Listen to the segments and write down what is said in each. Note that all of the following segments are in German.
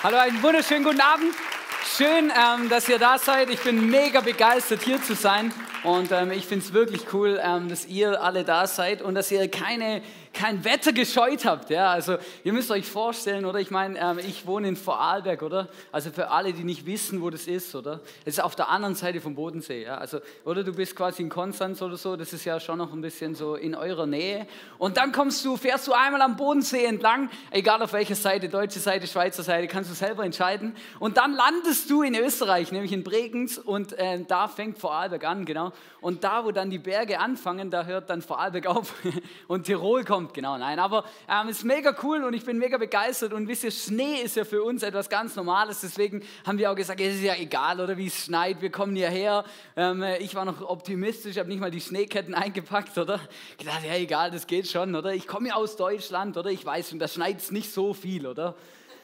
Hallo, einen wunderschönen guten Abend. Schön, dass ihr da seid. Ich bin mega begeistert, hier zu sein. Und ich finde es wirklich cool, dass ihr alle da seid und dass ihr kein Wetter gescheut habt. Ja? Also ihr müsst euch vorstellen, oder? Ich meine, ich wohne in Vorarlberg, oder? Also für alle, die nicht wissen, wo das ist, oder? Es ist auf der anderen Seite vom Bodensee. Ja? Also, oder du bist quasi in Konstanz oder so, das ist ja schon noch ein bisschen so in eurer Nähe. Und dann fährst du einmal am Bodensee entlang, egal auf welcher Seite, deutsche Seite, Schweizer Seite, kannst du selber entscheiden. Und dann landest du in Österreich, nämlich in Bregenz, und da fängt Vorarlberg an, genau. Und da, wo dann die Berge anfangen, da hört dann Vorarlberg auf und Tirol kommt, genau. Nein, aber es ist mega cool und ich bin mega begeistert. Und wisst ihr, Schnee ist ja für uns etwas ganz Normales, deswegen haben wir auch gesagt, es ist ja egal, oder wie es schneit, wir kommen hierher. Ich war noch optimistisch, habe nicht mal die Schneeketten eingepackt, oder? Ich dachte, ja egal, das geht schon, oder? Ich komme ja aus Deutschland, oder? Ich weiß, und da schneit es nicht so viel, oder?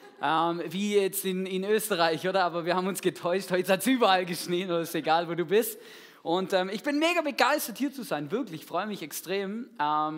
Wie jetzt in Österreich, oder? Aber wir haben uns getäuscht, heute hat es überall geschneit, oder ist egal, wo du bist. Und ich bin mega begeistert, hier zu sein, wirklich, freue mich extrem,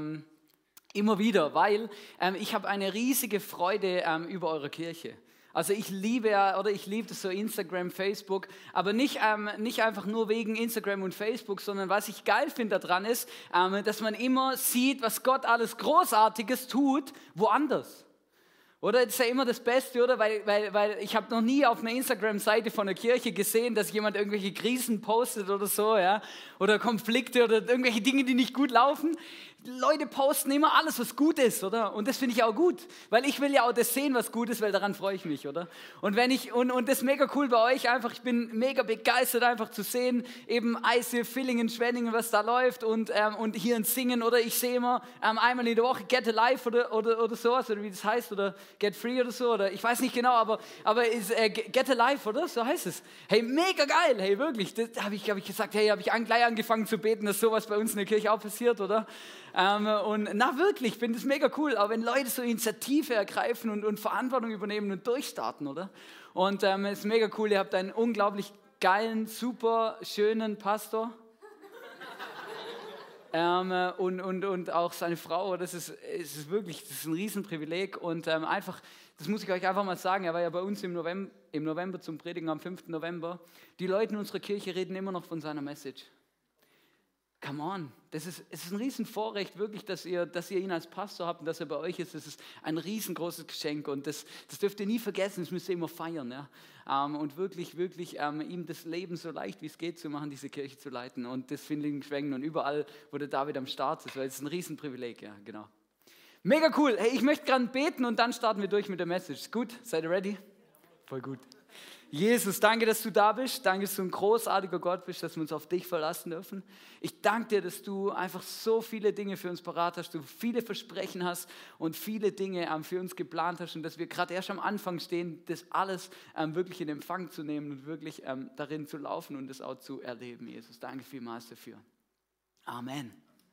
immer wieder, weil ich habe eine riesige Freude über eure Kirche. Also ich liebe das so Instagram, Facebook, aber nicht einfach nur wegen Instagram und Facebook, sondern was ich geil finde daran ist, dass man immer sieht, was Gott alles Großartiges tut, woanders. Oder das ist ja immer das Beste, oder? Weil ich habe noch nie auf einer Instagram-Seite von der Kirche gesehen, dass jemand irgendwelche Krisen postet oder so, ja? Oder Konflikte oder irgendwelche Dinge, die nicht gut laufen. Leute posten immer alles, was gut ist, oder? Und das finde ich auch gut, weil ich will ja auch das sehen, was gut ist, weil daran freue ich mich, oder? Und und das ist mega cool bei euch einfach, ich bin mega begeistert einfach zu sehen, eben ICF, Villingen, Schwenningen, was da läuft und hier ein Singen, oder? Ich sehe immer einmal in der Woche Get Alive oder sowas, oder wie das heißt, oder Get Free oder so, oder ich weiß nicht genau, aber ist Get Alive, oder? So heißt es. Hey, mega geil, hey, wirklich. Das habe ich gesagt, hey, habe ich gleich angefangen zu beten, dass sowas bei uns in der Kirche auch passiert, oder? Und na wirklich, ich finde es mega cool, auch wenn Leute so Initiative ergreifen und Verantwortung übernehmen und durchstarten, oder? Und es ist mega cool, ihr habt einen unglaublich geilen, super schönen Pastor. Und auch seine Frau, das ist ein Riesenprivileg und einfach, das muss ich euch einfach mal sagen, er war ja bei uns im November zum Predigen, am 5. November. Die Leute in unserer Kirche reden immer noch von seiner Message. Come on, es ist ein Riesenvorrecht wirklich, dass ihr ihn als Pastor habt und dass er bei euch ist. Das ist ein riesengroßes Geschenk und das dürft ihr nie vergessen, das müsst ihr immer feiern. Ja? Und wirklich ihm das Leben so leicht wie es geht zu machen, diese Kirche zu leiten und das Villingen, Schwenningen und überall, wo der David am Start ist, weil es ist ein Riesenprivileg, ja, genau. Mega cool, hey, ich möchte gerade beten und dann starten wir durch mit der Message. Gut, seid ihr ready? Voll gut. Jesus, danke, dass du da bist. Danke, dass du ein großartiger Gott bist, dass wir uns auf dich verlassen dürfen. Ich danke dir, dass du einfach so viele Dinge für uns parat hast, du viele Versprechen hast und viele Dinge für uns geplant hast und dass wir gerade erst am Anfang stehen, das alles wirklich in Empfang zu nehmen und wirklich darin zu laufen und das auch zu erleben, Jesus. Danke vielmals dafür. Amen.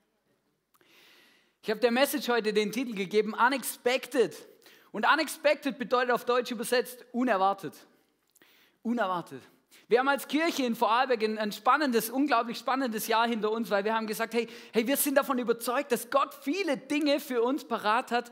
Ich habe der Message heute den Titel gegeben, Unexpected. Und Unexpected bedeutet auf Deutsch übersetzt unerwartet. Unerwartet. Wir haben als Kirche in Vorarlberg ein unglaublich spannendes Jahr hinter uns, weil wir haben gesagt, hey, wir sind davon überzeugt, dass Gott viele Dinge für uns parat hat,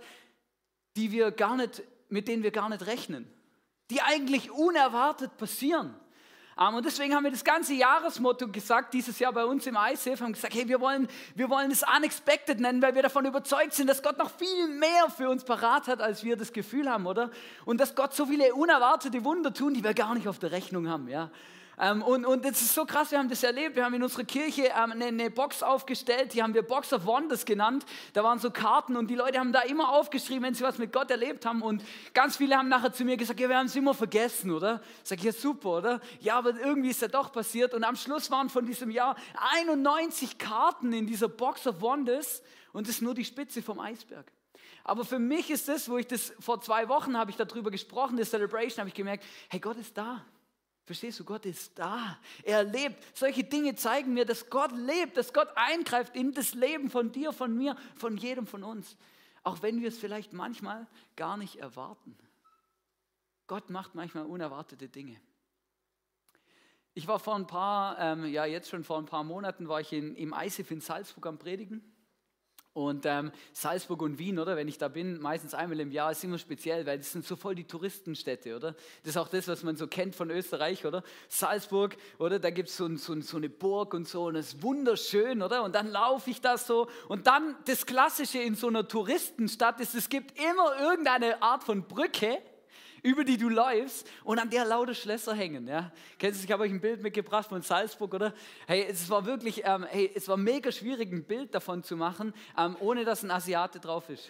mit denen wir gar nicht rechnen, die eigentlich unerwartet passieren. Und deswegen haben wir das ganze Jahresmotto gesagt, dieses Jahr bei uns im ICF, haben gesagt, hey, wir wollen es Unexpected nennen, weil wir davon überzeugt sind, dass Gott noch viel mehr für uns parat hat, als wir das Gefühl haben, oder? Und dass Gott so viele unerwartete Wunder tun, die wir gar nicht auf der Rechnung haben, ja. Und das ist so krass, wir haben das erlebt, wir haben in unserer Kirche eine Box aufgestellt, die haben wir Box of Wonders genannt, da waren so Karten und die Leute haben da immer aufgeschrieben, wenn sie was mit Gott erlebt haben und ganz viele haben nachher zu mir gesagt, ja, wir haben es immer vergessen, oder? Sag ich, ja super, oder? Ja, aber irgendwie ist ja doch passiert und am Schluss waren von diesem Jahr 91 Karten in dieser Box of Wonders und das ist nur die Spitze vom Eisberg. Aber für mich ist das, vor 2 Wochen habe ich darüber gesprochen, der Celebration, habe ich gemerkt, hey, Gott ist da. Verstehst du, Gott ist da, er lebt. Solche Dinge zeigen mir, dass Gott lebt, dass Gott eingreift in das Leben von dir, von mir, von jedem von uns. Auch wenn wir es vielleicht manchmal gar nicht erwarten. Gott macht manchmal unerwartete Dinge. Ich war vor ein paar Monaten war ich im ICF in Salzburg am Predigen. Und Salzburg und Wien, oder? Wenn ich da bin, meistens einmal im Jahr, ist immer speziell, weil das sind so voll die Touristenstädte, oder? Das ist auch das, was man so kennt von Österreich, oder? Salzburg, oder? Da gibt es so eine Burg und so und das ist wunderschön, oder? Und dann laufe ich da so und dann das Klassische in so einer Touristenstadt ist, es gibt immer irgendeine Art von Brücke, über die du läufst und an der lauter Schlösser hängen. Ja? Kennst du, ich habe euch ein Bild mitgebracht von Salzburg, oder? Hey, es war wirklich, es war mega schwierig, ein Bild davon zu machen, ohne dass ein Asiate drauf ist.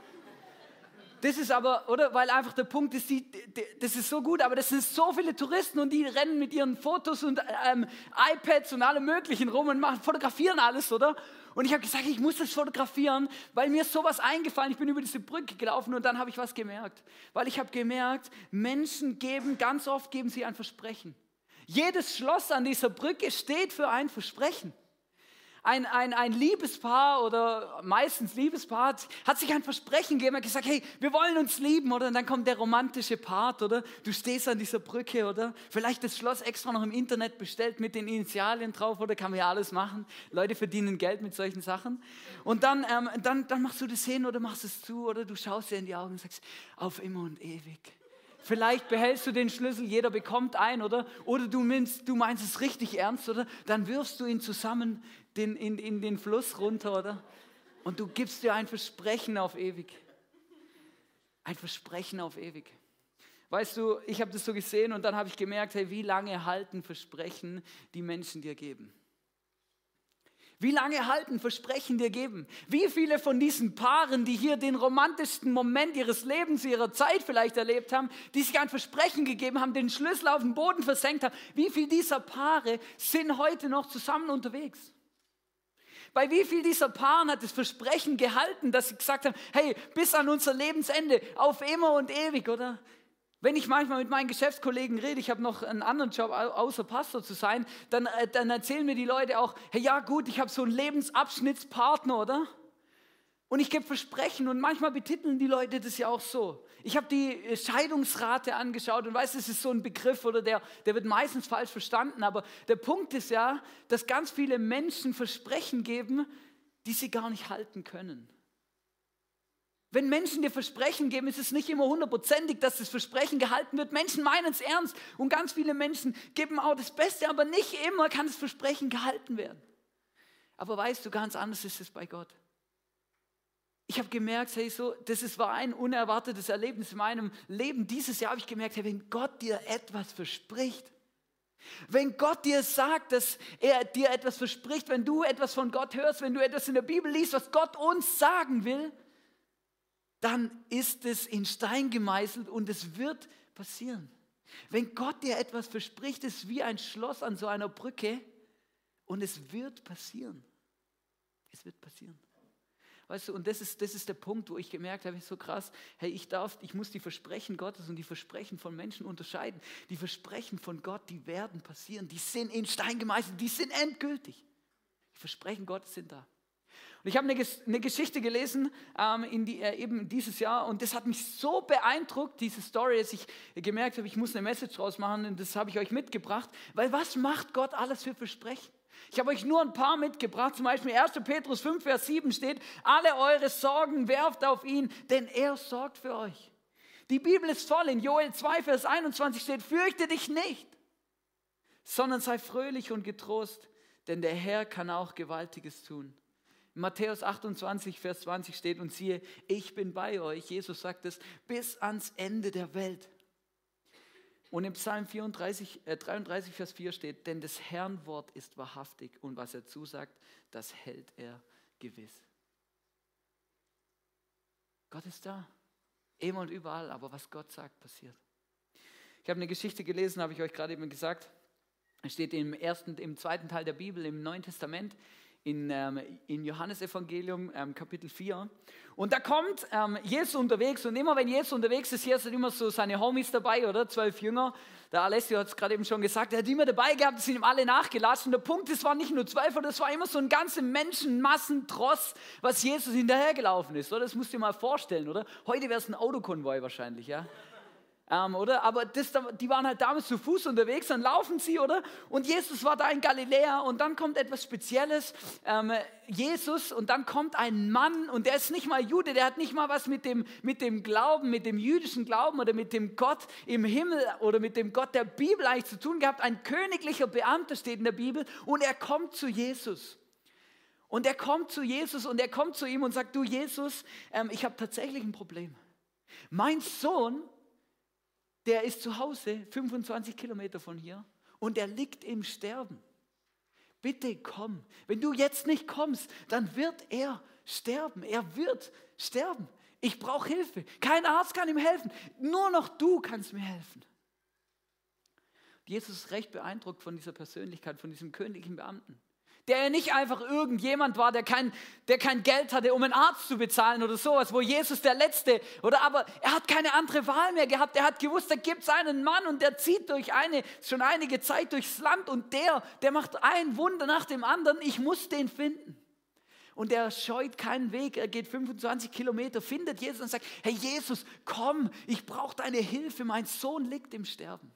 Das ist aber, oder? Weil einfach der Punkt ist, das ist so gut, aber das sind so viele Touristen und die rennen mit ihren Fotos und iPads und allem Möglichen rum und fotografieren alles, oder? Und ich habe gesagt, ich muss das fotografieren, weil mir ist sowas eingefallen. Ich bin über diese Brücke gelaufen und dann habe ich was gemerkt. Weil ich habe gemerkt, Menschen ganz oft geben sie ein Versprechen. Jedes Schloss an dieser Brücke steht für ein Versprechen. Ein Liebespaar oder meistens Liebespaar hat sich ein Versprechen gegeben, hat gesagt, hey, wir wollen uns lieben, oder? Und dann kommt der romantische Part, oder? Du stehst an dieser Brücke, oder? Vielleicht das Schloss extra noch im Internet bestellt mit den Initialien drauf, oder? Kann man ja alles machen. Leute verdienen Geld mit solchen Sachen. Und dann machst du das hin oder machst es zu, oder? Du schaust dir in die Augen und sagst, auf immer und ewig. Vielleicht behältst du den Schlüssel, jeder bekommt einen, oder? Oder du meinst es richtig ernst, oder? Dann wirfst du ihn zusammen in den Fluss runter, oder? Und du gibst dir ein Versprechen auf ewig. Ein Versprechen auf ewig. Weißt du, ich habe das so gesehen und dann habe ich gemerkt, hey, wie lange halten Versprechen, die Menschen dir geben? Wie lange halten Versprechen dir geben? Wie viele von diesen Paaren, die hier den romantischsten Moment ihres Lebens, ihrer Zeit vielleicht erlebt haben, die sich ein Versprechen gegeben haben, den Schlüssel auf den Boden versenkt haben, wie viele dieser Paare sind heute noch zusammen unterwegs? Bei wie vielen dieser Paaren hat das Versprechen gehalten, dass sie gesagt haben, hey, bis an unser Lebensende, auf immer und ewig, oder? Wenn ich manchmal mit meinen Geschäftskollegen rede, ich habe noch einen anderen Job, außer Pastor zu sein, dann erzählen mir die Leute auch, hey, ja gut, ich habe so einen Lebensabschnittspartner, oder? Und ich gebe Versprechen und manchmal betiteln die Leute das ja auch so. Ich habe die Scheidungsrate angeschaut und weiß, es ist so ein Begriff, oder der wird meistens falsch verstanden, aber der Punkt ist ja, dass ganz viele Menschen Versprechen geben, die sie gar nicht halten können. Wenn Menschen dir Versprechen geben, ist es nicht immer 100%ig, dass das Versprechen gehalten wird. Menschen meinen es ernst und ganz viele Menschen geben auch das Beste, aber nicht immer kann das Versprechen gehalten werden. Aber weißt du, ganz anders ist es bei Gott. Ich habe gemerkt, hey, war ein unerwartetes Erlebnis in meinem Leben. Dieses Jahr habe ich gemerkt, hey, wenn Gott dir etwas verspricht, wenn Gott dir sagt, dass er dir etwas verspricht, wenn du etwas von Gott hörst, wenn du etwas in der Bibel liest, was Gott uns sagen will, dann ist es in Stein gemeißelt und es wird passieren. Wenn Gott dir etwas verspricht, ist es wie ein Schloss an so einer Brücke und es wird passieren. Es wird passieren. Weißt du, und das ist der Punkt, wo ich gemerkt habe, ist so krass, hey, ich muss die Versprechen Gottes und die Versprechen von Menschen unterscheiden. Die Versprechen von Gott, die werden passieren, die sind in Stein gemeißelt, die sind endgültig. Die Versprechen Gottes sind da. Und ich habe eine Geschichte gelesen, eben dieses Jahr, und das hat mich so beeindruckt, diese Story, dass ich gemerkt habe, ich muss eine Message draus machen, und das habe ich euch mitgebracht, weil was macht Gott alles für Versprechen? Ich habe euch nur ein paar mitgebracht, zum Beispiel 1. Petrus 5, Vers 7 steht, alle eure Sorgen werft auf ihn, denn er sorgt für euch. Die Bibel ist voll, in Joel 2, Vers 21 steht, fürchte dich nicht, sondern sei fröhlich und getrost, denn der Herr kann auch Gewaltiges tun. In Matthäus 28, Vers 20 steht, und siehe, ich bin bei euch, Jesus sagt es, bis ans Ende der Welt. Und im Psalm 33, Vers 4 steht, denn des Herrn Wort ist wahrhaftig und was er zusagt, das hält er gewiss. Gott ist da, immer und überall, aber was Gott sagt, passiert. Ich habe eine Geschichte gelesen, habe ich euch gerade eben gesagt, es steht im zweiten Teil der Bibel, im Neuen Testament, in Johannesevangelium, Kapitel 4. Und da kommt Jesus unterwegs und immer wenn Jesus unterwegs ist, hier sind immer so seine Homies dabei, oder? 12 Jünger. Der Alessio hat es gerade eben schon gesagt, er hat immer dabei gehabt, sind ihm alle nachgelassen. Und der Punkt, es waren nicht nur 12, sondern es war immer so ein ganzer Menschenmassentross, was Jesus hinterhergelaufen ist. Oder? Das musst du dir mal vorstellen, oder? Heute wäre es ein Autokonvoi wahrscheinlich, ja. oder? Aber die waren halt damals zu Fuß unterwegs, dann laufen sie, oder? Und Jesus war da in Galiläa und dann kommt etwas Spezielles, Jesus, und dann kommt ein Mann und der ist nicht mal Jude, der hat nicht mal was mit dem Glauben, mit dem jüdischen Glauben oder mit dem Gott im Himmel oder mit dem Gott der Bibel eigentlich zu tun gehabt. Ein königlicher Beamter steht in der Bibel und er kommt zu Jesus. Und er kommt zu Jesus und er kommt zu ihm und sagt, du Jesus, ich habe tatsächlich ein Problem. Mein Sohn, der ist zu Hause, 25 Kilometer von hier, und er liegt im Sterben. Bitte komm. Wenn du jetzt nicht kommst, dann wird er sterben. Er wird sterben. Ich brauche Hilfe. Kein Arzt kann ihm helfen. Nur noch du kannst mir helfen. Jesus ist recht beeindruckt von dieser Persönlichkeit, von diesem königlichen Beamten. Der ja nicht einfach irgendjemand war, der kein Geld hatte, um einen Arzt zu bezahlen oder sowas, wo Jesus der Letzte, oder aber er hat keine andere Wahl mehr gehabt. Er hat gewusst, da gibt es einen Mann und der zieht schon einige Zeit durchs Land und der macht ein Wunder nach dem anderen. Ich muss den finden. Und er scheut keinen Weg, er geht 25 Kilometer, findet Jesus und sagt, hey Jesus, komm, ich brauche deine Hilfe, mein Sohn liegt im Sterben.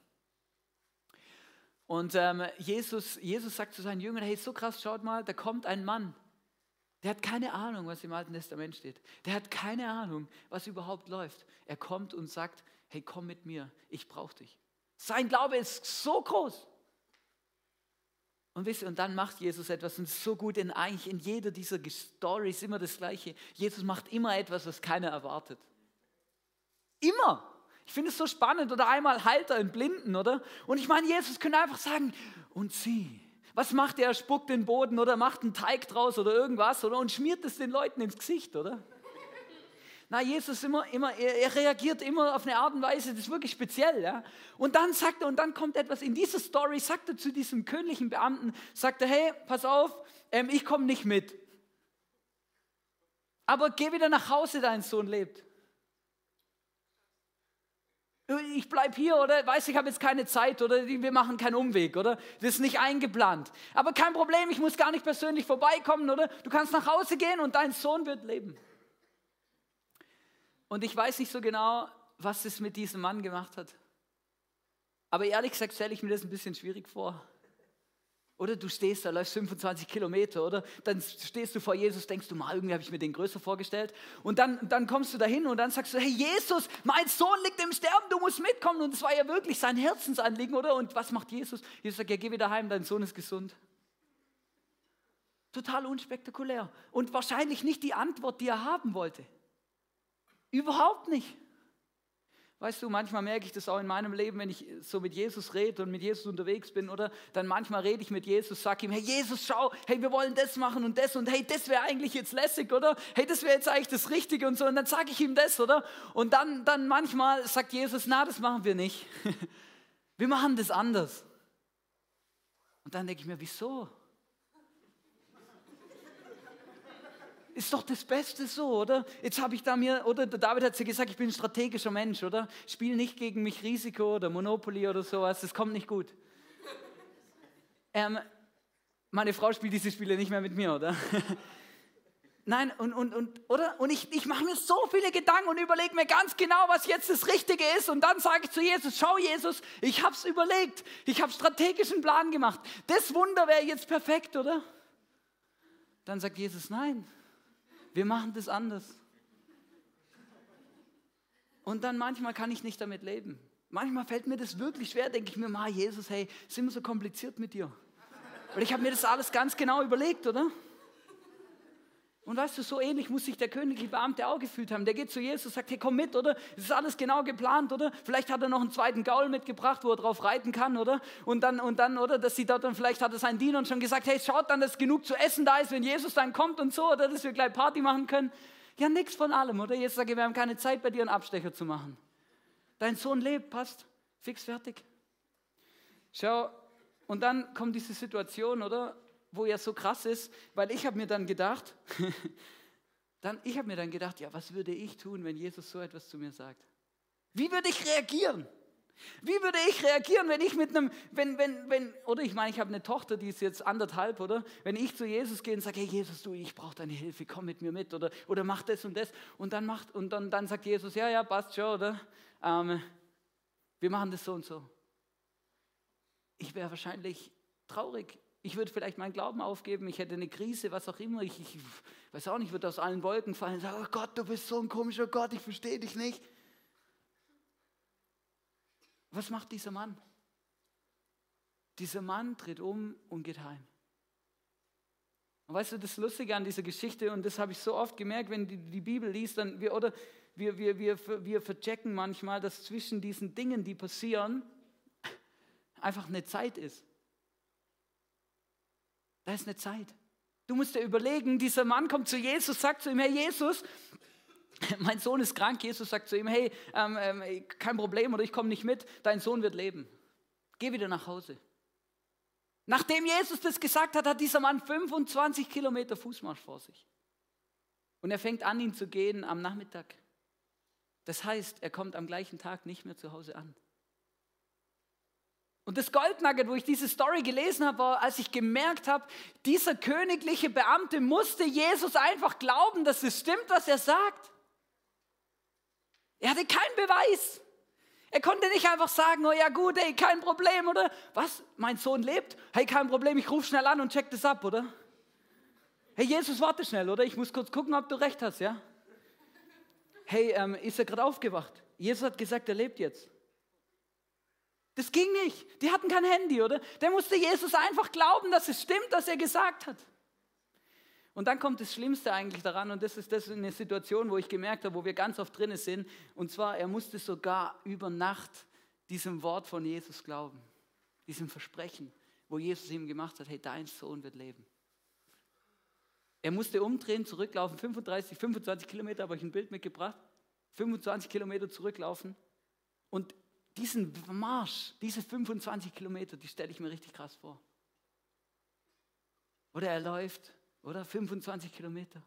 Und Jesus sagt zu seinen Jüngern, hey, so krass, schaut mal, da kommt ein Mann, der hat keine Ahnung, was im Alten Testament steht. Der hat keine Ahnung, was überhaupt läuft. Er kommt und sagt, hey, komm mit mir, ich brauche dich. Sein Glaube ist so groß. Und wisst ihr, und dann macht Jesus etwas, und es ist so gut, eigentlich in jeder dieser Storys immer das Gleiche. Jesus macht immer etwas, was keiner erwartet. Immer. Ich finde es so spannend, oder einmal heilt er einen Blinden, oder? Und ich meine, Jesus könnte einfach sagen, und sieh, was macht er? Er spuckt den Boden oder macht einen Teig draus oder irgendwas, oder? Und schmiert es den Leuten ins Gesicht, oder? Na, Jesus er reagiert immer auf eine Art und Weise, das ist wirklich speziell, ja? Und dann sagt er, und dann kommt etwas, in dieser Story sagt er zu diesem königlichen Beamten, sagt er, hey, pass auf, ich komme nicht mit. Aber geh wieder nach Hause, dein Sohn lebt. Ich bleibe hier, oder? Weiß, ich habe jetzt keine Zeit, oder? Wir machen keinen Umweg, oder? Das ist nicht eingeplant. Aber kein Problem, ich muss gar nicht persönlich vorbeikommen, oder? Du kannst nach Hause gehen und dein Sohn wird leben. Und ich weiß nicht so genau, was es mit diesem Mann gemacht hat. Aber ehrlich gesagt stelle ich mir das ein bisschen schwierig vor. Oder du stehst da, läufst 25 Kilometer, oder? Dann stehst du vor Jesus, denkst du mal, irgendwie habe ich mir den größer vorgestellt. Und dann kommst du dahin und dann sagst du, hey Jesus, mein Sohn liegt im Sterben, du musst mitkommen. Und es war ja wirklich sein Herzensanliegen, oder? Und was macht Jesus? Jesus sagt, ja, geh wieder heim, dein Sohn ist gesund. Total unspektakulär. Und wahrscheinlich nicht die Antwort, die er haben wollte. Überhaupt nicht. Weißt du, manchmal merke ich das auch in meinem Leben, wenn ich so mit Jesus rede und mit Jesus unterwegs bin, oder? Dann manchmal rede ich mit Jesus, sage ihm, hey Jesus, schau, hey, wir wollen das machen und hey, das wäre eigentlich jetzt lässig, oder? Hey, das wäre jetzt eigentlich das Richtige und so. Und dann sage ich ihm das, oder? Und dann manchmal sagt Jesus, na, das machen wir nicht. Wir machen das anders. Und dann denke ich mir, wieso? Ist doch das Beste so, oder? Jetzt habe ich oder der David hat ja gesagt, ich bin ein strategischer Mensch, oder? Spiel nicht gegen mich Risiko oder Monopoly oder sowas, das kommt nicht gut. Meine Frau spielt diese Spiele nicht mehr mit mir, oder? Nein, oder? Und ich mache mir so viele Gedanken und überlege mir ganz genau, was jetzt das Richtige ist. Und dann sage ich zu Jesus, schau Jesus, ich habe es überlegt, ich habe strategischen Plan gemacht. Das Wunder wäre jetzt perfekt, oder? Dann sagt Jesus, nein. Wir machen das anders. Und dann manchmal kann ich nicht damit leben. Manchmal fällt mir das wirklich schwer, denke ich mir, Jesus, hey, ist immer so kompliziert mit dir. Weil ich habe mir das alles ganz genau überlegt, oder? Und weißt du, so ähnlich muss sich der königliche Beamte auch gefühlt haben. Der geht zu Jesus und sagt, hey, komm mit, oder? Das ist alles genau geplant, oder? Vielleicht hat er noch einen zweiten Gaul mitgebracht, wo er drauf reiten kann, oder? Und dann, oder? Dass sie dort dann, vielleicht hat er seinen Dienern schon gesagt, hey, schaut dann, dass genug zu essen da ist, wenn Jesus dann kommt und so, oder? Dass wir gleich Party machen können. Ja, nichts von allem, oder? Jesus sagt, wir haben keine Zeit, bei dir einen Abstecher zu machen. Dein Sohn lebt, passt, fix, fertig. Schau, und dann kommt diese Situation, oder? Wo ja so krass ist, weil ich habe mir dann gedacht, ja, was würde ich tun, wenn Jesus so etwas zu mir sagt? Wie würde ich reagieren? Wie würde ich reagieren, wenn ich mit einem, oder ich meine, ich habe eine Tochter, die ist jetzt 1,5, oder? Wenn ich zu Jesus gehe und sage, hey Jesus, du, ich brauche deine Hilfe, komm mit mir mit, oder mach das und das. Und dann sagt Jesus, ja, passt schon, oder? wir machen das so und so. Ich wäre wahrscheinlich traurig. Ich würde vielleicht meinen Glauben aufgeben, ich hätte eine Krise, was auch immer. Ich weiß auch nicht, ich würde aus allen Wolken fallen und sagen, oh Gott, du bist so ein komischer Gott, ich verstehe dich nicht. Was macht dieser Mann? Dieser Mann dreht um und geht heim. Und weißt du, das Lustige an dieser Geschichte, und das habe ich so oft gemerkt, wenn die Bibel liest, dann wir verchecken manchmal, dass zwischen diesen Dingen, die passieren, einfach eine Zeit ist. Da ist eine Zeit. Du musst dir überlegen, dieser Mann kommt zu Jesus, sagt zu ihm, hey Jesus, mein Sohn ist krank. Jesus sagt zu ihm, hey, kein Problem oder ich komme nicht mit, dein Sohn wird leben. Geh wieder nach Hause. Nachdem Jesus das gesagt hat, hat dieser Mann 25 Kilometer Fußmarsch vor sich. Und er fängt an, ihn zu gehen am Nachmittag. Das heißt, er kommt am gleichen Tag nicht mehr zu Hause an. Und das Goldnugget, wo ich diese Story gelesen habe, war, als ich gemerkt habe, dieser königliche Beamte musste Jesus einfach glauben, dass es stimmt, was er sagt. Er hatte keinen Beweis. Er konnte nicht einfach sagen, oh ja gut, hey, kein Problem, oder? Was? Mein Sohn lebt? Hey, kein Problem, ich rufe schnell an und check das ab, oder? Hey, Jesus, warte schnell, oder? Ich muss kurz gucken, ob du recht hast, ja? Hey, ist er gerade aufgewacht? Jesus hat gesagt, er lebt jetzt. Das ging nicht. Die hatten kein Handy, oder? Der musste Jesus einfach glauben, dass es stimmt, was er gesagt hat. Und dann kommt das Schlimmste eigentlich daran, und das ist eine Situation, wo ich gemerkt habe, wo wir ganz oft drin sind, und zwar, er musste sogar über Nacht diesem Wort von Jesus glauben, diesem Versprechen, wo Jesus ihm gemacht hat, hey, dein Sohn wird leben. Er musste umdrehen, zurücklaufen, 25 Kilometer, habe ich ein Bild mitgebracht, 25 Kilometer zurücklaufen, und diesen Marsch, diese 25 Kilometer, die stelle ich mir richtig krass vor. Oder er läuft, oder 25 Kilometer.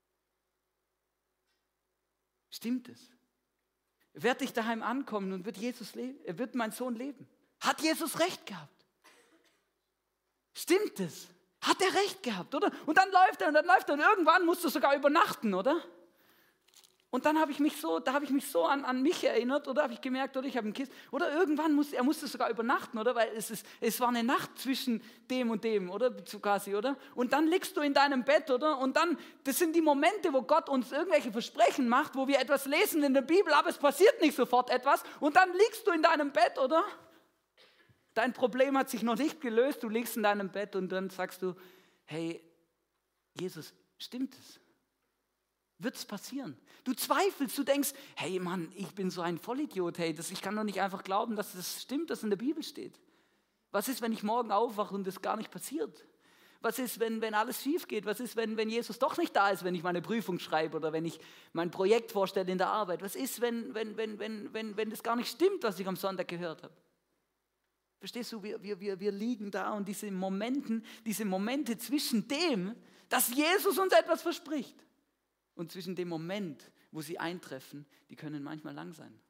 Stimmt es? Werde ich daheim ankommen und wird Jesus leben? Wird mein Sohn leben? Hat Jesus recht gehabt? Stimmt es? Hat er recht gehabt, oder? Und dann läuft er und irgendwann musst du sogar übernachten, oder? Und dann habe ich mich so an mich erinnert, oder habe ich gemerkt, oder ich habe ein Kissen, oder irgendwann musste sogar übernachten, oder? Weil es war eine Nacht zwischen dem und dem, oder? So quasi, oder? Und dann liegst du in deinem Bett, oder? Und dann, das sind die Momente, wo Gott uns irgendwelche Versprechen macht, wo wir etwas lesen in der Bibel, aber es passiert nicht sofort etwas. Und dann liegst du in deinem Bett, oder? Dein Problem hat sich noch nicht gelöst, du liegst in deinem Bett und dann sagst du, hey, Jesus, stimmt es? Wird es passieren? Du zweifelst, du denkst, hey Mann, ich bin so ein Vollidiot, hey, ich kann doch nicht einfach glauben, dass das stimmt, was in der Bibel steht. Was ist, wenn ich morgen aufwache und das gar nicht passiert? Was ist, wenn alles schief geht? Was ist, wenn Jesus doch nicht da ist, wenn ich meine Prüfung schreibe oder wenn ich mein Projekt vorstelle in der Arbeit? Was ist, wenn das gar nicht stimmt, was ich am Sonntag gehört habe? Verstehst du, wir liegen da und diese Momente zwischen dem, dass Jesus uns etwas verspricht, und zwischen dem Moment, wo sie eintreffen, die können manchmal lang sein.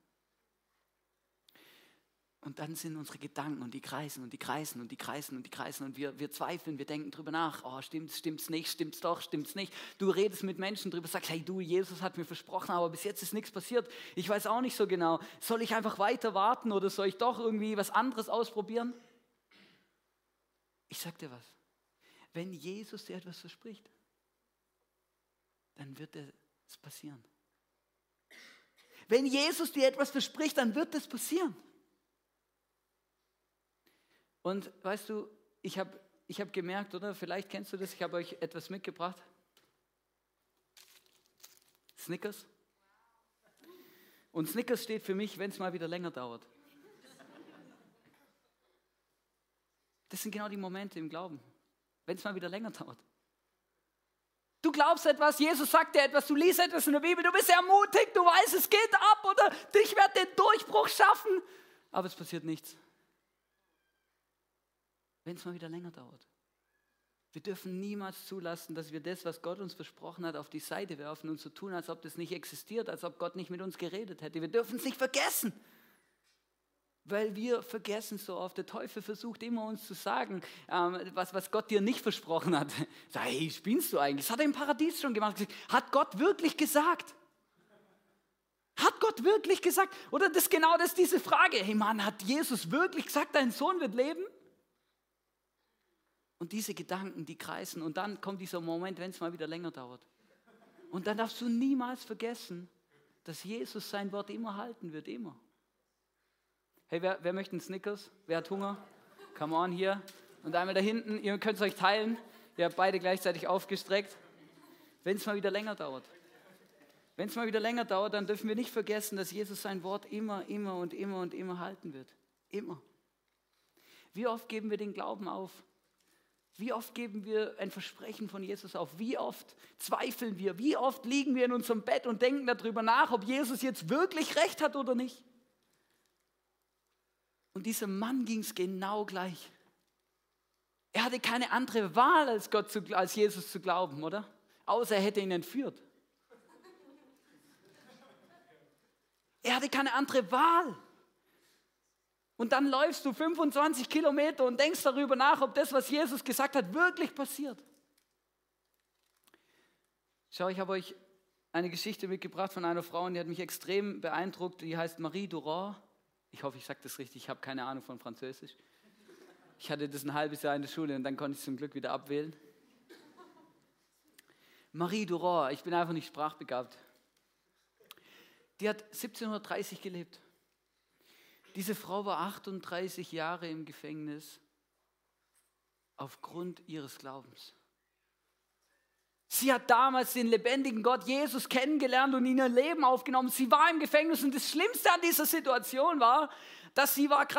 Und dann sind unsere Gedanken und die kreisen und die kreisen und die kreisen und die kreisen und wir zweifeln, wir denken drüber nach, oh, stimmt's nicht, stimmt's doch, stimmt's nicht. Du redest mit Menschen drüber, sagst, hey du, Jesus hat mir versprochen, aber bis jetzt ist nichts passiert. Ich weiß auch nicht so genau. Soll ich einfach weiter warten oder soll ich doch irgendwie was anderes ausprobieren? Ich sag dir was, wenn Jesus dir etwas verspricht, dann wird es passieren. Wenn Jesus dir etwas verspricht, dann wird es passieren. Und weißt du, ich hab gemerkt, oder? Vielleicht kennst du das, ich habe euch etwas mitgebracht. Snickers. Und Snickers steht für mich, wenn es mal wieder länger dauert. Das sind genau die Momente im Glauben, wenn es mal wieder länger dauert. Du glaubst etwas, Jesus sagt dir etwas, du liest etwas in der Bibel, du bist ermutigt, du weißt, es geht ab, oder? Ich werde den Durchbruch schaffen, aber es passiert nichts. Wenn es mal wieder länger dauert. Wir dürfen niemals zulassen, dass wir das, was Gott uns versprochen hat, auf die Seite werfen und so tun, als ob das nicht existiert, als ob Gott nicht mit uns geredet hätte. Wir dürfen es nicht vergessen. Weil wir vergessen so oft, der Teufel versucht immer uns zu sagen, was Gott dir nicht versprochen hat. Sag, hey, spinnst du eigentlich? Das hat er im Paradies schon gemacht. Hat Gott wirklich gesagt? Hat Gott wirklich gesagt? Oder das genau das ist diese Frage. Hey Mann, hat Jesus wirklich gesagt, dein Sohn wird leben? Und diese Gedanken, die kreisen. Und dann kommt dieser Moment, wenn es mal wieder länger dauert. Und dann darfst du niemals vergessen, dass Jesus sein Wort immer halten wird, immer. Hey, wer möchte einen Snickers? Wer hat Hunger? Come on, hier. Und einmal da hinten, ihr könnt es euch teilen. Ihr habt beide gleichzeitig aufgestreckt. Wenn es mal wieder länger dauert. Wenn es mal wieder länger dauert, dann dürfen wir nicht vergessen, dass Jesus sein Wort immer halten wird. Immer. Wie oft geben wir den Glauben auf? Wie oft geben wir ein Versprechen von Jesus auf? Wie oft zweifeln wir? Wie oft liegen wir in unserem Bett und denken darüber nach, ob Jesus jetzt wirklich recht hat oder nicht? Und diesem Mann ging es genau gleich. Er hatte keine andere Wahl, als Jesus zu glauben, oder? Außer er hätte ihn entführt. Er hatte keine andere Wahl. Und dann läufst du 25 Kilometer und denkst darüber nach, ob das, was Jesus gesagt hat, wirklich passiert. Schau, ich habe euch eine Geschichte mitgebracht von einer Frau, und die hat mich extrem beeindruckt. Die heißt Marie Durand. Ich hoffe, ich sage das richtig, ich habe keine Ahnung von Französisch. Ich hatte das ein halbes Jahr in der Schule und dann konnte ich es zum Glück wieder abwählen. Marie Durand, ich bin einfach nicht sprachbegabt. Die hat 1730 gelebt. Diese Frau war 38 Jahre im Gefängnis aufgrund ihres Glaubens. Sie hat damals den lebendigen Gott Jesus kennengelernt und in ihr Leben aufgenommen. Sie war im Gefängnis und das Schlimmste an dieser Situation war, dass sie war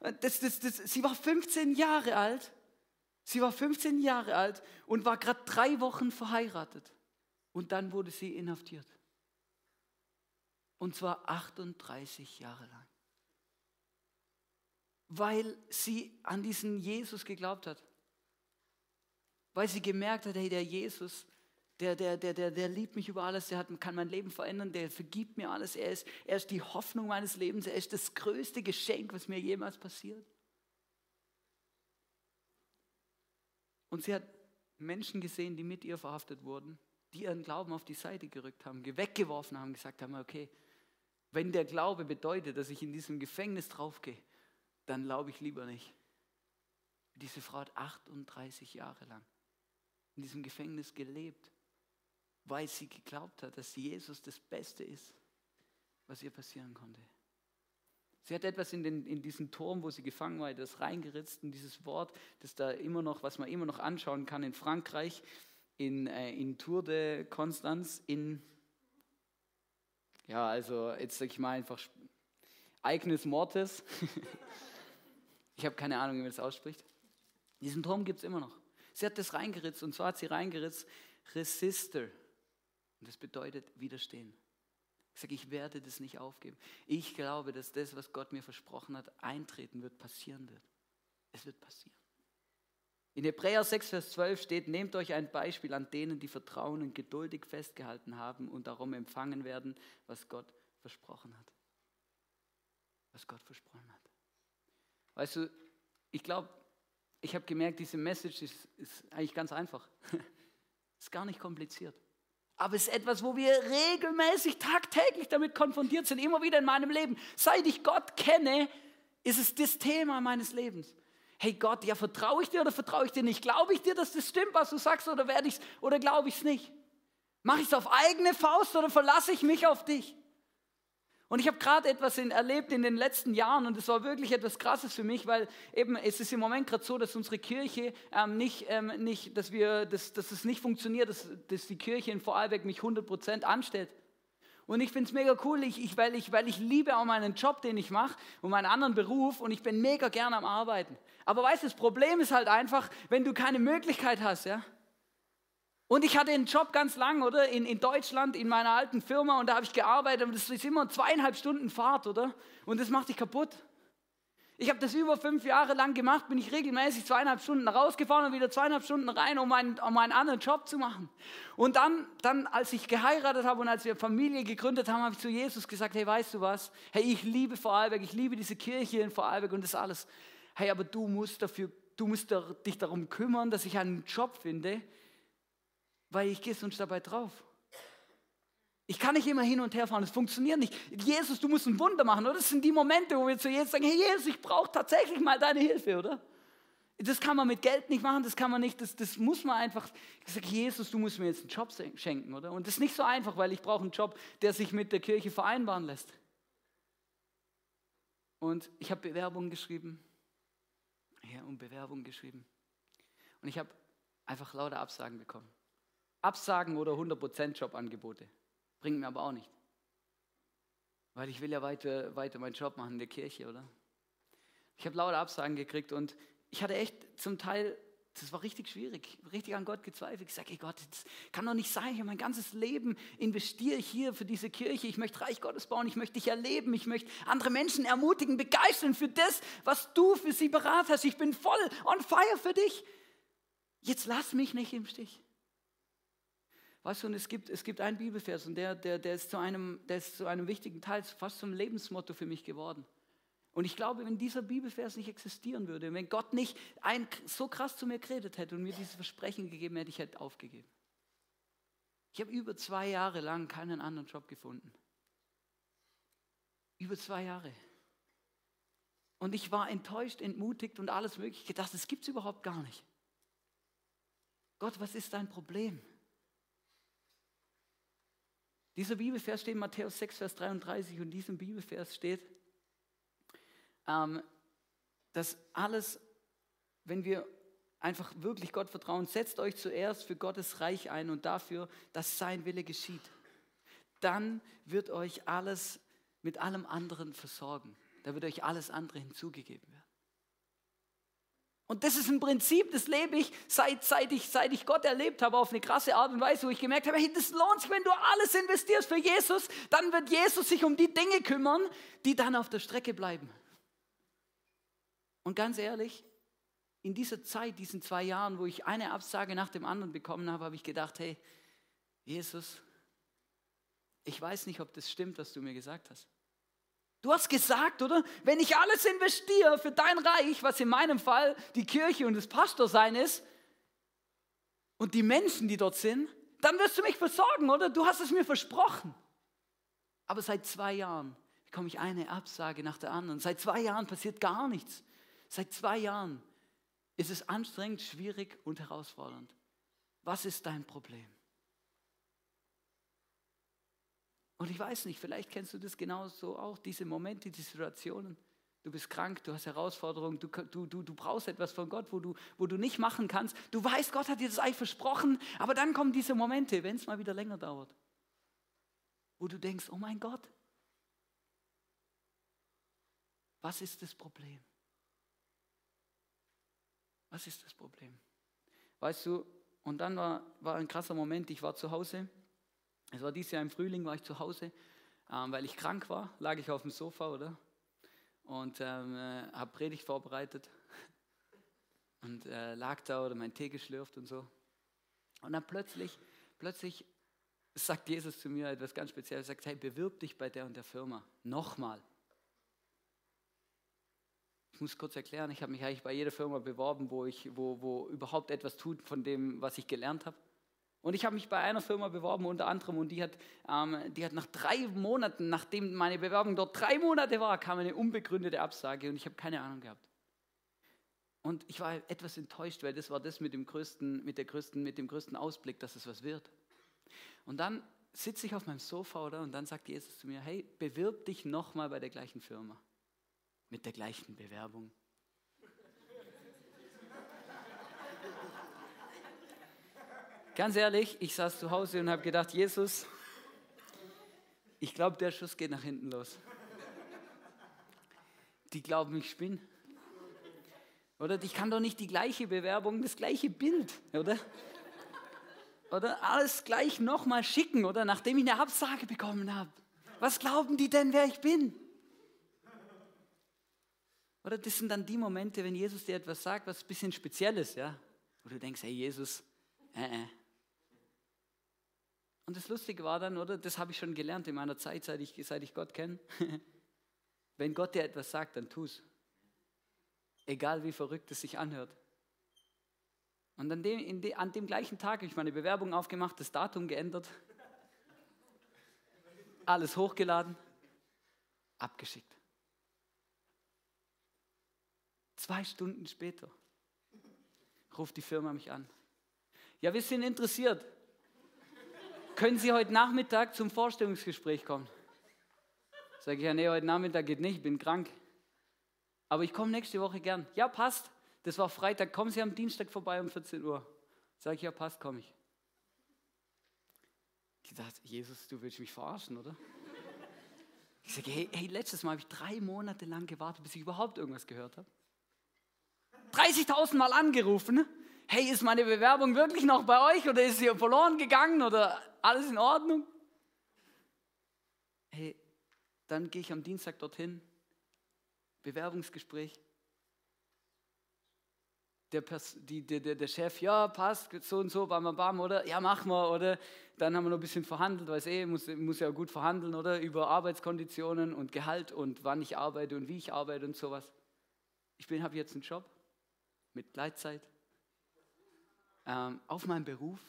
15 Jahre alt. Sie war 15 Jahre alt und war gerade 3 Wochen verheiratet. Und dann wurde sie inhaftiert. Und zwar 38 Jahre lang. Weil sie an diesen Jesus geglaubt hat. Weil sie gemerkt hat, hey, der Jesus, der liebt mich über alles, kann mein Leben verändern, der vergibt mir alles, er ist die Hoffnung meines Lebens, er ist das größte Geschenk, was mir jemals passiert. Und sie hat Menschen gesehen, die mit ihr verhaftet wurden, die ihren Glauben auf die Seite gerückt haben, weggeworfen haben, gesagt haben, okay, wenn der Glaube bedeutet, dass ich in diesem Gefängnis draufgehe, dann glaube ich lieber nicht. Diese Frau hat 38 Jahre lang in diesem Gefängnis gelebt, weil sie geglaubt hat, dass Jesus das Beste ist, was ihr passieren konnte. Sie hat etwas in diesen Turm, wo sie gefangen war, das reingeritzt, in dieses Wort, das da immer noch, was man immer noch anschauen kann in Frankreich, in Tour de Constance, jetzt sage ich mal einfach Ignis Mortis. Ich habe keine Ahnung, wie man das ausspricht. Diesen Turm gibt es immer noch. Sie hat das reingeritzt, und zwar hat sie reingeritzt, Resister. Und das bedeutet widerstehen. Ich sage, ich werde das nicht aufgeben. Ich glaube, dass das, was Gott mir versprochen hat, eintreten wird, passieren wird. Es wird passieren. In Hebräer 6, Vers 12 steht, nehmt euch ein Beispiel an denen, die vertrauen und geduldig festgehalten haben und darum empfangen werden, was Gott versprochen hat. Was Gott versprochen hat. Weißt du, ich glaube, ich habe gemerkt, diese Message ist eigentlich ganz einfach. Ist gar nicht kompliziert. Aber es ist etwas, wo wir regelmäßig, tagtäglich damit konfrontiert sind, immer wieder in meinem Leben. Seit ich Gott kenne, ist es das Thema meines Lebens. Hey Gott, ja, vertraue ich dir oder vertraue ich dir nicht? Glaube ich dir, dass das stimmt, was du sagst, oder glaube ich es nicht? Mache ich es auf eigene Faust oder verlasse ich mich auf dich? Und ich habe gerade etwas erlebt in den letzten Jahren, und es war wirklich etwas Krasses für mich, weil eben es ist im Moment gerade so, dass unsere Kirche dass es nicht funktioniert, dass die Kirche in Vorarlberg mich 100% anstellt. Und ich finde es mega cool, weil ich liebe auch meinen Job, den ich mache, und meinen anderen Beruf, und ich bin mega gerne am Arbeiten. Aber weißt du, das Problem ist halt einfach, wenn du keine Möglichkeit hast, ja. Und ich hatte einen Job ganz lang, oder? In Deutschland, in meiner alten Firma, und da habe ich gearbeitet, und das ist immer 2,5 Stunden Fahrt, oder? Und das macht dich kaputt. Ich habe das über 5 Jahre lang gemacht, bin ich regelmäßig 2,5 Stunden rausgefahren und wieder 2,5 Stunden rein, um einen anderen Job zu machen. Und dann, als ich geheiratet habe und als wir Familie gegründet haben, habe ich zu Jesus gesagt, hey, weißt du was? Hey, ich liebe Vorarlberg, ich liebe diese Kirche in Vorarlberg und das alles. Hey, aber du musst dich darum kümmern, dass ich einen Job finde, weil ich gehe sonst dabei drauf. Ich kann nicht immer hin und her fahren, das funktioniert nicht. Jesus, du musst ein Wunder machen, oder? Das sind die Momente, wo wir zu Jesus sagen, hey Jesus, ich brauche tatsächlich mal deine Hilfe, oder? Das kann man mit Geld nicht machen, das kann man nicht, das muss man einfach, ich sage, Jesus, du musst mir jetzt einen Job schenken, oder? Und das ist nicht so einfach, weil ich brauche einen Job, der sich mit der Kirche vereinbaren lässt. Und ich habe Bewerbungen geschrieben. Und ich habe einfach lauter Absagen bekommen. Absagen oder 100% Jobangebote. Bringt mir aber auch nicht. Weil ich will ja weiter meinen Job machen in der Kirche, oder? Ich habe lauter Absagen gekriegt und ich hatte echt zum Teil, das war richtig schwierig, richtig an Gott gezweifelt. Ich sage, hey Gott, das kann doch nicht sein, mein ganzes Leben investiere ich hier für diese Kirche. Ich möchte Reich Gottes bauen, ich möchte dich erleben, ich möchte andere Menschen ermutigen, begeistern für das, was du für sie bereit hast. Ich bin voll on fire für dich. Jetzt lass mich nicht im Stich. Weißt du, und es gibt einen Bibelvers und der ist zu einem wichtigen Teil, fast zum Lebensmotto für mich geworden. Und ich glaube, wenn dieser Bibelvers nicht existieren würde, wenn Gott nicht so krass zu mir geredet hätte und mir dieses Versprechen gegeben hätte, ich hätte aufgegeben. Ich habe über 2 Jahre lang keinen anderen Job gefunden. Über 2 Jahre. Und ich war enttäuscht, entmutigt und alles mögliche. Ich dachte, das gibt es überhaupt gar nicht. Gott, was ist dein Problem? Dieser Bibelvers steht in Matthäus 6, Vers 33 und in diesem Bibelvers steht, dass alles, wenn wir einfach wirklich Gott vertrauen, setzt euch zuerst für Gottes Reich ein und dafür, dass sein Wille geschieht. Dann wird euch alles mit allem anderen versorgen. Da wird euch alles andere hinzugegeben werden. Und das ist ein Prinzip, das lebe ich, seit ich Gott erlebt habe, auf eine krasse Art und Weise, wo ich gemerkt habe, hey, das lohnt sich, wenn du alles investierst für Jesus, dann wird Jesus sich um die Dinge kümmern, die dann auf der Strecke bleiben. Und ganz ehrlich, in dieser Zeit, diesen 2 Jahren, wo ich eine Absage nach dem anderen bekommen habe, habe ich gedacht, hey, Jesus, ich weiß nicht, ob das stimmt, was du mir gesagt hast. Du hast gesagt, oder? Wenn ich alles investiere für dein Reich, was in meinem Fall die Kirche und das Pastorsein ist und die Menschen, die dort sind, dann wirst du mich versorgen, oder? Du hast es mir versprochen. Aber seit 2 Jahren bekomme ich eine Absage nach der anderen. Seit 2 Jahren passiert gar nichts. Seit 2 Jahren ist es anstrengend, schwierig und herausfordernd. Was ist dein Problem? Und ich weiß nicht, vielleicht kennst du das genauso auch, diese Momente, die Situationen. Du bist krank, du hast Herausforderungen, du brauchst etwas von Gott, wo du nicht machen kannst. Du weißt, Gott hat dir das eigentlich versprochen, aber dann kommen diese Momente, wenn es mal wieder länger dauert, wo du denkst, oh mein Gott, was ist das Problem? Was ist das Problem? Weißt du, und dann war ein krasser Moment, ich war zu Hause. Es war dieses Jahr im Frühling, war ich zu Hause, weil ich krank war, lag ich auf dem Sofa, oder? Und habe Predigt vorbereitet und lag da oder meinen Tee geschlürft und so. Und dann plötzlich sagt Jesus zu mir etwas ganz Spezielles, er sagt, hey, bewirb dich bei der und der Firma, nochmal. Ich muss kurz erklären, ich habe mich eigentlich bei jeder Firma beworben, wo überhaupt etwas tut von dem, was ich gelernt habe. Und ich habe mich bei einer Firma beworben, unter anderem, und die hat nach 3 Monaten, nachdem meine Bewerbung dort 3 Monate war, kam eine unbegründete Absage und ich habe keine Ahnung gehabt. Und ich war etwas enttäuscht, weil das war das mit dem größten Ausblick, dass es was wird. Und dann sitze ich auf meinem Sofa, oder? Und dann sagt Jesus zu mir, hey, bewirb dich nochmal bei der gleichen Firma. Mit der gleichen Bewerbung. Ganz ehrlich, ich saß zu Hause und habe gedacht, Jesus, ich glaube, der Schuss geht nach hinten los. Die glauben, ich spinne. Oder ich kann doch nicht die gleiche Bewerbung, das gleiche Bild, oder? Oder alles gleich nochmal schicken, oder? Nachdem ich eine Absage bekommen habe. Was glauben die denn, wer ich bin? Oder das sind dann die Momente, wenn Jesus dir etwas sagt, was ein bisschen speziell ist, ja? Wo du denkst, hey Jesus, Und das Lustige war dann, oder? Das habe ich schon gelernt in meiner Zeit, seit ich Gott kenne. Wenn Gott dir etwas sagt, dann tu's. Egal wie verrückt es sich anhört. Und an dem gleichen Tag habe ich meine Bewerbung aufgemacht, das Datum geändert. alles hochgeladen, abgeschickt. 2 Stunden später ruft die Firma mich an. Ja, wir sind interessiert. Können Sie heute Nachmittag zum Vorstellungsgespräch kommen? Sage ich, ja, nee, heute Nachmittag geht nicht, ich bin krank. Aber ich komme nächste Woche gern. Ja, passt. Das war Freitag. Kommen Sie am Dienstag vorbei um 14 Uhr. Sage ich, ja, passt, komme ich. Ich dachte, Jesus, du willst mich verarschen, oder? Ich sage, hey, letztes Mal habe ich 3 Monate lang gewartet, bis ich überhaupt irgendwas gehört habe. 30.000 Mal angerufen. Hey, ist meine Bewerbung wirklich noch bei euch oder ist sie verloren gegangen oder alles in Ordnung? Hey, dann gehe ich am Dienstag dorthin, Bewerbungsgespräch. Der Chef, ja, passt, so und so, bam, bam, oder? Ja, machen wir, oder? Dann haben wir noch ein bisschen verhandelt, muss ja gut verhandeln, oder? Über Arbeitskonditionen und Gehalt und wann ich arbeite und wie ich arbeite und sowas. Habe jetzt einen Job mit Gleitzeit, auf meinem Beruf,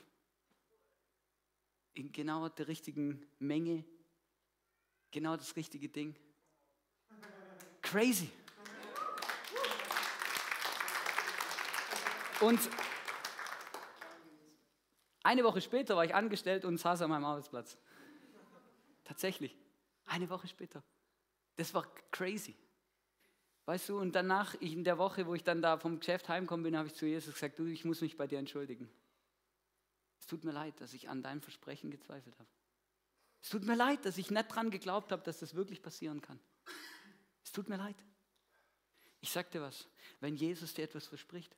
in genau der richtigen Menge, genau das richtige Ding. Crazy. Und eine Woche später war ich angestellt und saß an meinem Arbeitsplatz. Tatsächlich. Eine Woche später. Das war crazy. Weißt du, und danach, in der Woche, wo ich dann da vom Geschäft heimgekommen bin, habe ich zu Jesus gesagt, du, ich muss mich bei dir entschuldigen. Es tut mir leid, dass ich an deinem Versprechen gezweifelt habe. Es tut mir leid, dass ich nicht dran geglaubt habe, dass das wirklich passieren kann. Es tut mir leid. Ich sag dir was, wenn Jesus dir etwas verspricht,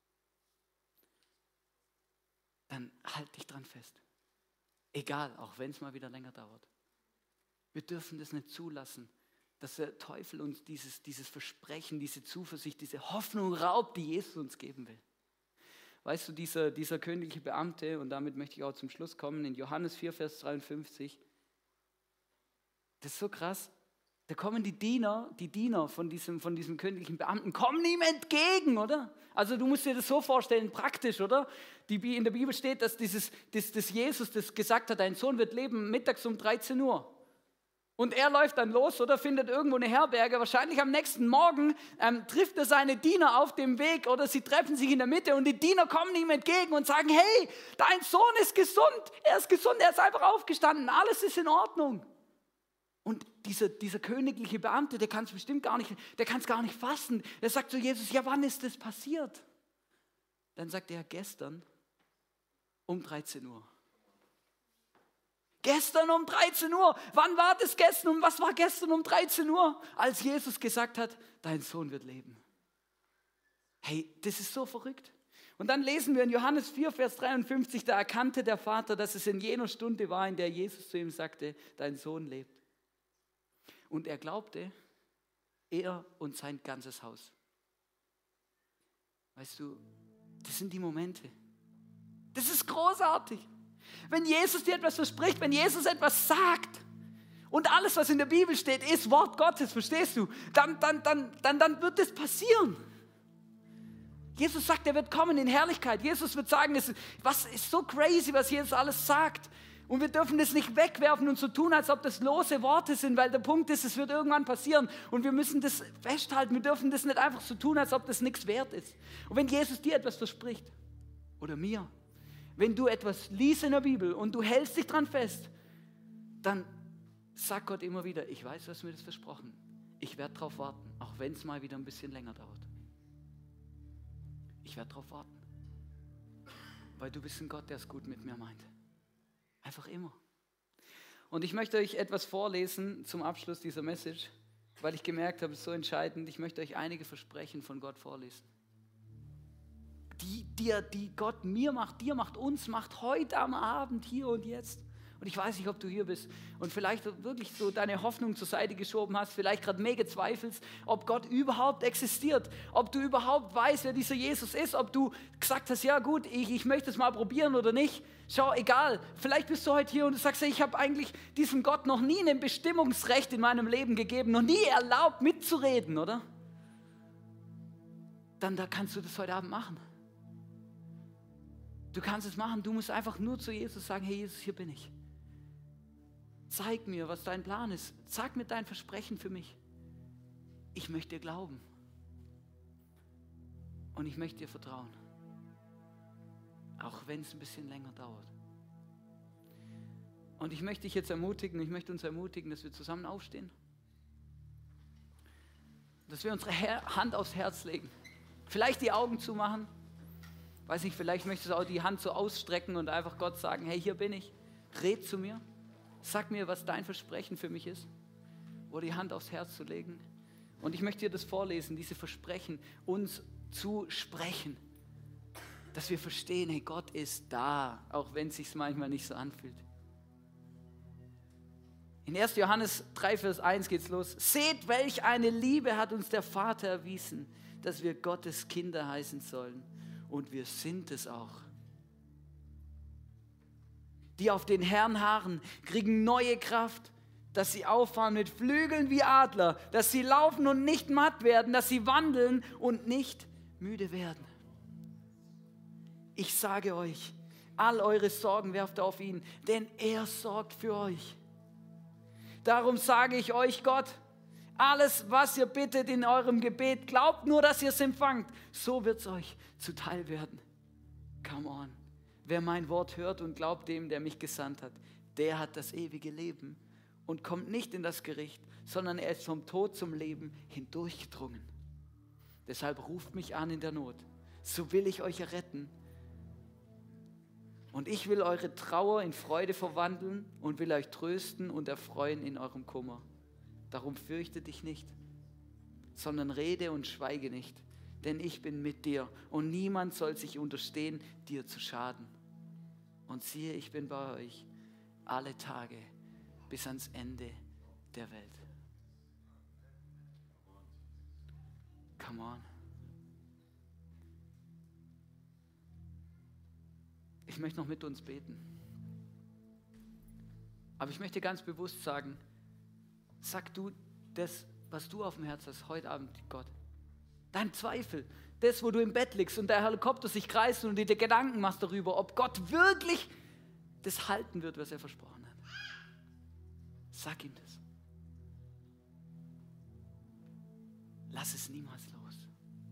dann halt dich dran fest. Egal, auch wenn es mal wieder länger dauert. Wir dürfen das nicht zulassen, dass der Teufel uns dieses Versprechen, diese Zuversicht, diese Hoffnung raubt, die Jesus uns geben will. Weißt du, dieser königliche Beamte, und damit möchte ich auch zum Schluss kommen, in Johannes 4, Vers 53, das ist so krass, da kommen die Diener von diesem königlichen Beamten, kommen ihm entgegen, oder? Also du musst dir das so vorstellen, praktisch, oder? In der Bibel steht, dass Jesus das gesagt hat, dein Sohn wird leben mittags um 13 Uhr. Und er läuft dann los oder findet irgendwo eine Herberge. Wahrscheinlich am nächsten Morgen trifft er seine Diener auf dem Weg oder sie treffen sich in der Mitte und die Diener kommen ihm entgegen und sagen, hey, dein Sohn ist gesund, er ist einfach aufgestanden, alles ist in Ordnung. Und dieser königliche Beamte, der kann es gar nicht fassen. Er sagt zu Jesus, ja, wann ist das passiert? Dann sagt er, gestern um 13 Uhr. Gestern um 13 Uhr. Wann war das gestern? Und was war gestern um 13 Uhr? Als Jesus gesagt hat, dein Sohn wird leben. Hey, das ist so verrückt. Und dann lesen wir in Johannes 4, Vers 53, da erkannte der Vater, dass es in jener Stunde war, in der Jesus zu ihm sagte, dein Sohn lebt. Und er glaubte, er und sein ganzes Haus. Weißt du, das sind die Momente. Das ist großartig. Wenn Jesus dir etwas verspricht, wenn Jesus etwas sagt und alles, was in der Bibel steht, ist Wort Gottes, verstehst du? Dann wird es passieren. Jesus sagt, er wird kommen in Herrlichkeit. Jesus wird sagen, was ist so crazy, was Jesus alles sagt. Und wir dürfen das nicht wegwerfen und so tun, als ob das lose Worte sind, weil der Punkt ist, es wird irgendwann passieren. Und wir müssen das festhalten. Wir dürfen das nicht einfach so tun, als ob das nichts wert ist. Und wenn Jesus dir etwas verspricht, oder mir, wenn du etwas liest in der Bibel und du hältst dich dran fest, dann sagt Gott immer wieder, ich weiß, du hast mir das versprochen. Ich werde darauf warten, auch wenn es mal wieder ein bisschen länger dauert. Ich werde darauf warten, weil du bist ein Gott, der es gut mit mir meint. Einfach immer. Und ich möchte euch etwas vorlesen zum Abschluss dieser Message, weil ich gemerkt habe, es ist so entscheidend. Ich möchte euch einige Versprechen von Gott vorlesen. Die Gott mir macht, dir macht, uns macht, heute am Abend, hier und jetzt. Und ich weiß nicht, ob du hier bist und vielleicht wirklich so deine Hoffnung zur Seite geschoben hast, vielleicht gerade mega zweifelst, ob Gott überhaupt existiert, ob du überhaupt weißt, wer dieser Jesus ist, ob du gesagt hast, ja gut, ich möchte es mal probieren oder nicht. Schau, egal, vielleicht bist du heute hier und du sagst, ich habe eigentlich diesem Gott noch nie ein Bestimmungsrecht in meinem Leben gegeben, noch nie erlaubt mitzureden, oder? Dann da kannst du das heute Abend machen. Du kannst es machen, du musst einfach nur zu Jesus sagen, hey Jesus, hier bin ich. Zeig mir, was dein Plan ist. Sag mir dein Versprechen für mich. Ich möchte dir glauben. Und ich möchte dir vertrauen. Auch wenn es ein bisschen länger dauert. Und ich möchte dich jetzt ermutigen, ich möchte uns ermutigen, dass wir zusammen aufstehen. Dass wir unsere Hand aufs Herz legen. Vielleicht die Augen zumachen. Weiß nicht, vielleicht möchtest du auch die Hand so ausstrecken und einfach Gott sagen, hey, hier bin ich. Red zu mir. Sag mir, was dein Versprechen für mich ist. Oder die Hand aufs Herz zu legen. Und ich möchte dir das vorlesen, diese Versprechen, uns zu sprechen. Dass wir verstehen, hey, Gott ist da, auch wenn es sich manchmal nicht so anfühlt. In 1. Johannes 3, Vers 1 geht's los. Seht, welch eine Liebe hat uns der Vater erwiesen, dass wir Gottes Kinder heißen sollen. Und wir sind es auch. Die auf den Herrn harren, kriegen neue Kraft, dass sie auffahren mit Flügeln wie Adler, dass sie laufen und nicht matt werden, dass sie wandeln und nicht müde werden. Ich sage euch, all eure Sorgen werft auf ihn, denn er sorgt für euch. Darum sage ich euch, Gott, alles, was ihr bittet in eurem Gebet, glaubt nur, dass ihr es empfangt. So wird es euch zuteil werden. Come on. Wer mein Wort hört und glaubt dem, der mich gesandt hat, der hat das ewige Leben und kommt nicht in das Gericht, sondern er ist vom Tod zum Leben hindurchgedrungen. Deshalb ruft mich an in der Not. So will ich euch erretten. Und ich will eure Trauer in Freude verwandeln und will euch trösten und erfreuen in eurem Kummer. Darum fürchte dich nicht, sondern rede und schweige nicht, denn ich bin mit dir und niemand soll sich unterstehen, dir zu schaden. Und siehe, ich bin bei euch alle Tage bis ans Ende der Welt. Come on. Ich möchte noch mit uns beten. Aber ich möchte ganz bewusst sagen, sag du das, was du auf dem Herzen hast, heute Abend, Gott. Dein Zweifel, das, wo du im Bett liegst und der Helikopter sich kreist und du dir Gedanken machst darüber, ob Gott wirklich das halten wird, was er versprochen hat. Sag ihm das. Lass es niemals los.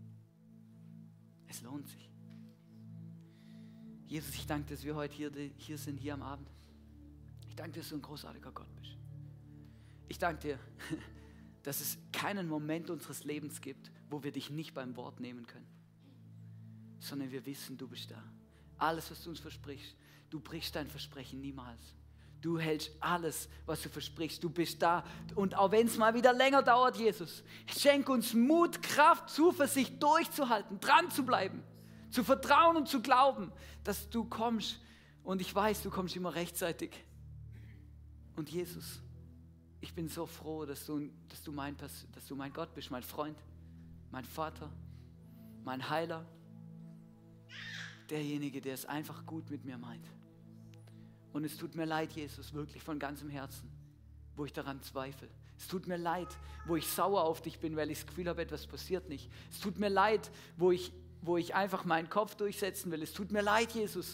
Es lohnt sich. Jesus, ich danke dir, dass wir heute hier sind, hier am Abend. Ich danke dir, dass du ein großartiger Gott bist. Ich danke dir, dass es keinen Moment unseres Lebens gibt, wo wir dich nicht beim Wort nehmen können, sondern wir wissen, du bist da. Alles, was du uns versprichst, du brichst dein Versprechen niemals. Du hältst alles, was du versprichst. Du bist da. Und auch wenn es mal wieder länger dauert, Jesus, schenk uns Mut, Kraft, Zuversicht, durchzuhalten, dran zu bleiben, zu vertrauen und zu glauben, dass du kommst. Und ich weiß, du kommst immer rechtzeitig. Und Jesus, ich bin so froh, dass du mein Gott bist, mein Freund, mein Vater, mein Heiler, derjenige, der es einfach gut mit mir meint. Und es tut mir leid, Jesus, wirklich von ganzem Herzen, wo ich daran zweifle. Es tut mir leid, wo ich sauer auf dich bin, weil ich das Gefühl habe, etwas passiert nicht. Es tut mir leid, wo ich einfach meinen Kopf durchsetzen will. Es tut mir leid, Jesus,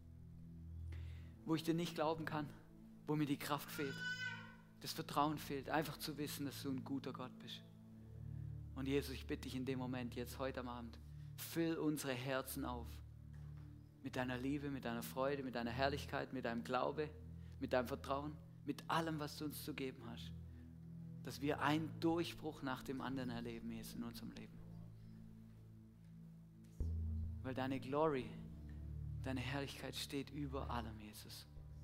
wo ich dir nicht glauben kann, wo mir die Kraft fehlt, das Vertrauen fehlt, einfach zu wissen, dass du ein guter Gott bist. Und Jesus, ich bitte dich in dem Moment, jetzt heute am Abend, füll unsere Herzen auf mit deiner Liebe, mit deiner Freude, mit deiner Herrlichkeit, mit deinem Glaube, mit deinem Vertrauen, mit allem, was du uns zu geben hast, dass wir einen Durchbruch nach dem anderen erleben, Jesus, in unserem Leben. Weil deine Glory, deine Herrlichkeit steht über allem, Jesus.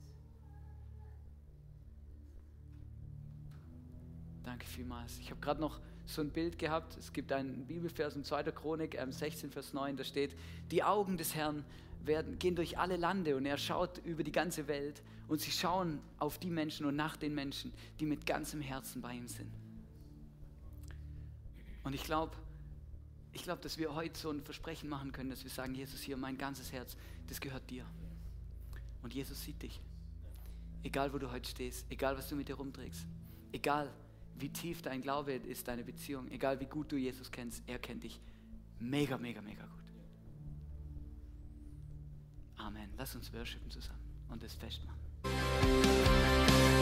Danke vielmals. Ich habe gerade noch so ein Bild gehabt. Es gibt einen Bibelvers in 2. Chronik 16, Vers 9, da steht, die Augen des Herrn gehen durch alle Lande und er schaut über die ganze Welt und sie schauen auf die Menschen und nach den Menschen, die mit ganzem Herzen bei ihm sind. Und ich glaube, dass wir heute so ein Versprechen machen können, dass wir sagen, Jesus, hier mein ganzes Herz, das gehört dir. Und Jesus sieht dich. Egal, wo du heute stehst, egal, was du mit dir rumträgst, egal, wie tief dein Glaube ist, deine Beziehung, egal, wie gut du Jesus kennst, er kennt dich mega, mega, mega gut. Amen. Lass uns worshipen zusammen und das festmachen.